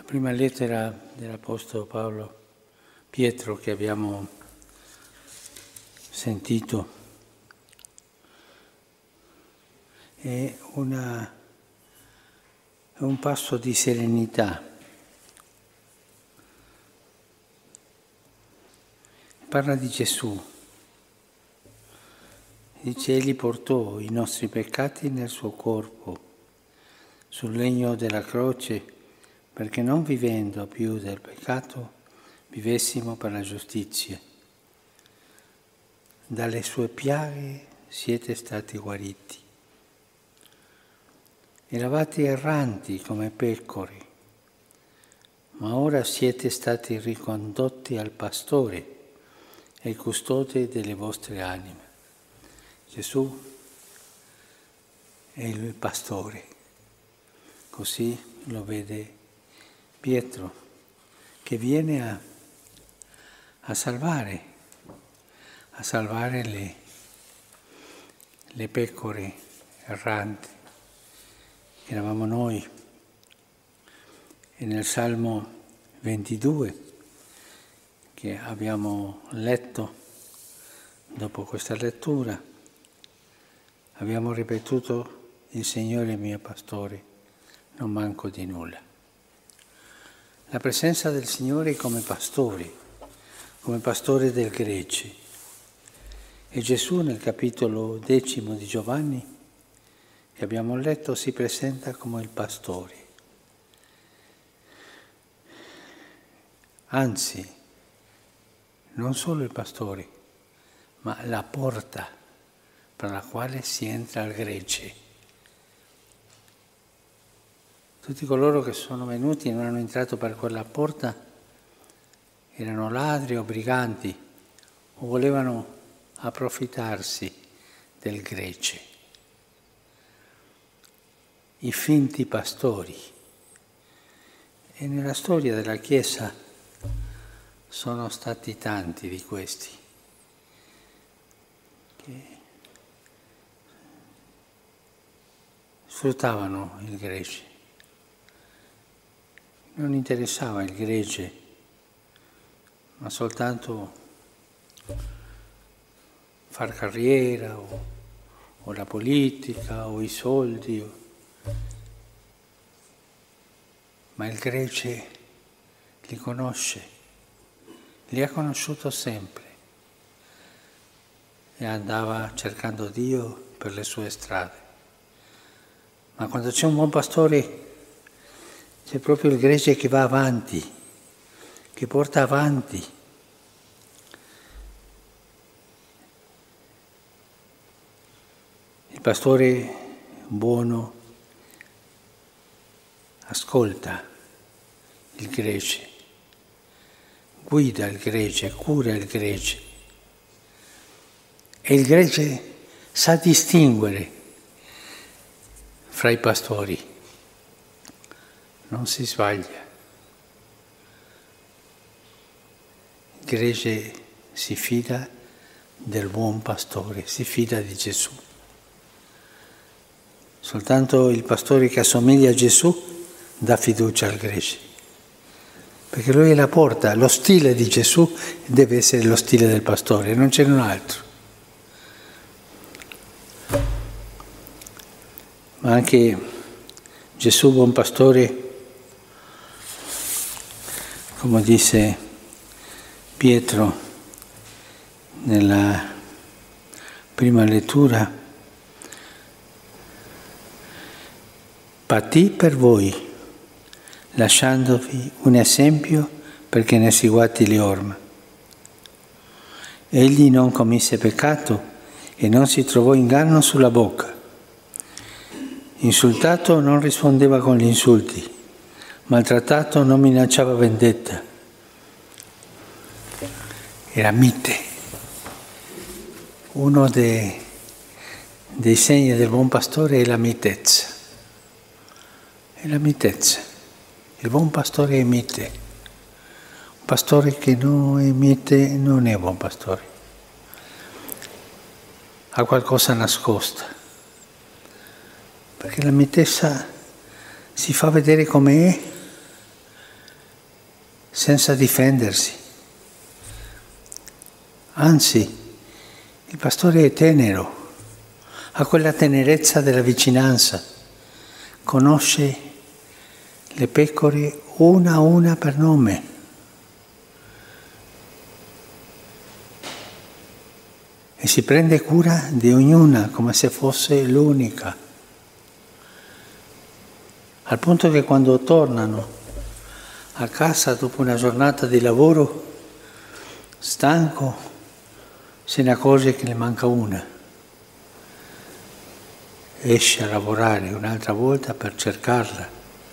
Prima lettera dell'Apostolo Pietro che abbiamo sentito è un passo di serenità. Parla di Gesù. Dice, Egli portò i nostri peccati nel suo corpo, sul legno della croce, perché non vivendo più del peccato, vivessimo per la giustizia. Dalle sue piaghe siete stati guariti. Eravate erranti come pecore, ma ora siete stati ricondotti al pastore e custode delle vostre anime. Gesù è il pastore, così lo vede Pietro, che viene a salvare le pecore erranti, che eravamo noi. E nel Salmo 22, che abbiamo letto, dopo questa lettura, abbiamo ripetuto: il Signore è mio pastore, non manco di nulla. La presenza del Signore come pastore del gregge. E Gesù nel capitolo 10 di Giovanni, che abbiamo letto, si presenta come il pastore. Anzi, non solo il pastore, ma la porta per la quale si entra al gregge. Tutti coloro che sono venuti e non hanno entrato per quella porta erano ladri o briganti o volevano approfittarsi del gregge. I finti pastori. E nella storia della Chiesa sono stati tanti di questi che sfruttavano il gregge. Non interessava il gregge, ma soltanto far carriera o la politica o i soldi. Ma il gregge li conosce, li ha conosciuto sempre e andava cercando Dio per le sue strade. Ma quando c'è un buon pastore, c'è proprio il gregge che va avanti, che porta avanti. Il pastore buono ascolta il gregge, guida il gregge, cura il gregge. E il gregge sa distinguere fra i pastori. Non si sbaglia. Il gregge si fida del buon pastore, si fida di Gesù. Soltanto il pastore che assomiglia a Gesù dà fiducia al gregge, perché lui è la porta. Lo stile di Gesù deve essere lo stile del pastore, non c'è un altro. Ma anche Gesù, buon pastore, come disse Pietro nella prima lettura, patì per voi, lasciandovi un esempio perché ne seguate le orme. Egli non commise peccato e non si trovò inganno sulla bocca. Insultato non rispondeva con gli insulti, maltrattato non minacciava vendetta. Era mite. Uno dei segni del buon pastore è la mitezza. È la mitezza. Il buon pastore è mite. Un pastore che non è mite non è buon pastore. Ha qualcosa nascosta. Perché la mitezza si fa vedere come è senza difendersi. Anzi, il pastore è tenero, ha quella tenerezza della vicinanza, conosce le pecore una a una per nome. E si prende cura di ognuna come se fosse l'unica. Al punto che quando tornano a casa dopo una giornata di lavoro, stanco, se ne accorge che ne manca una. Esce a lavorare un'altra volta per cercarla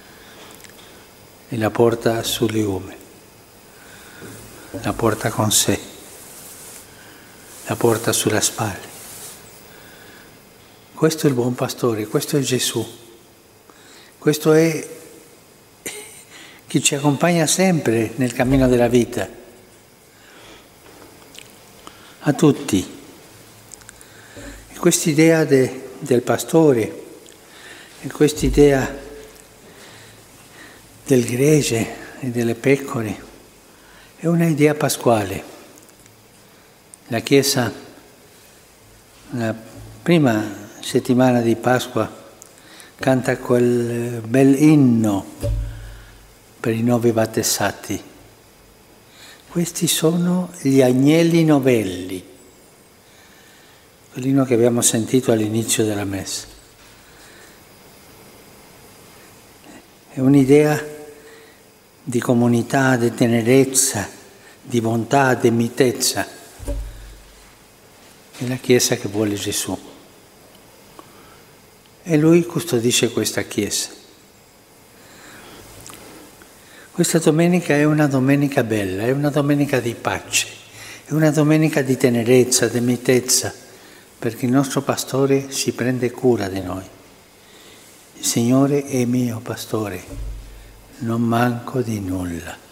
e la porta sul legume, la porta con sé, la porta sulla spalla. Questo è il buon pastore, questo è Gesù, questo è chi ci accompagna sempre nel cammino della vita, a tutti. E quest'idea del pastore e quest'idea del gregge e delle pecore è una idea pasquale. La Chiesa, la prima settimana di Pasqua, canta quel bel inno per i nuovi battezzati. Questi sono gli agnelli novelli, quell'inno che abbiamo sentito all'inizio della Messa. È un'idea di comunità, di tenerezza, di bontà, di mitezza. È la Chiesa che vuole Gesù. E Lui custodisce questa Chiesa. Questa domenica è una domenica bella, è una domenica di pace, è una domenica di tenerezza, di mitezza, perché il nostro pastore si prende cura di noi. Il Signore è mio pastore, non manco di nulla.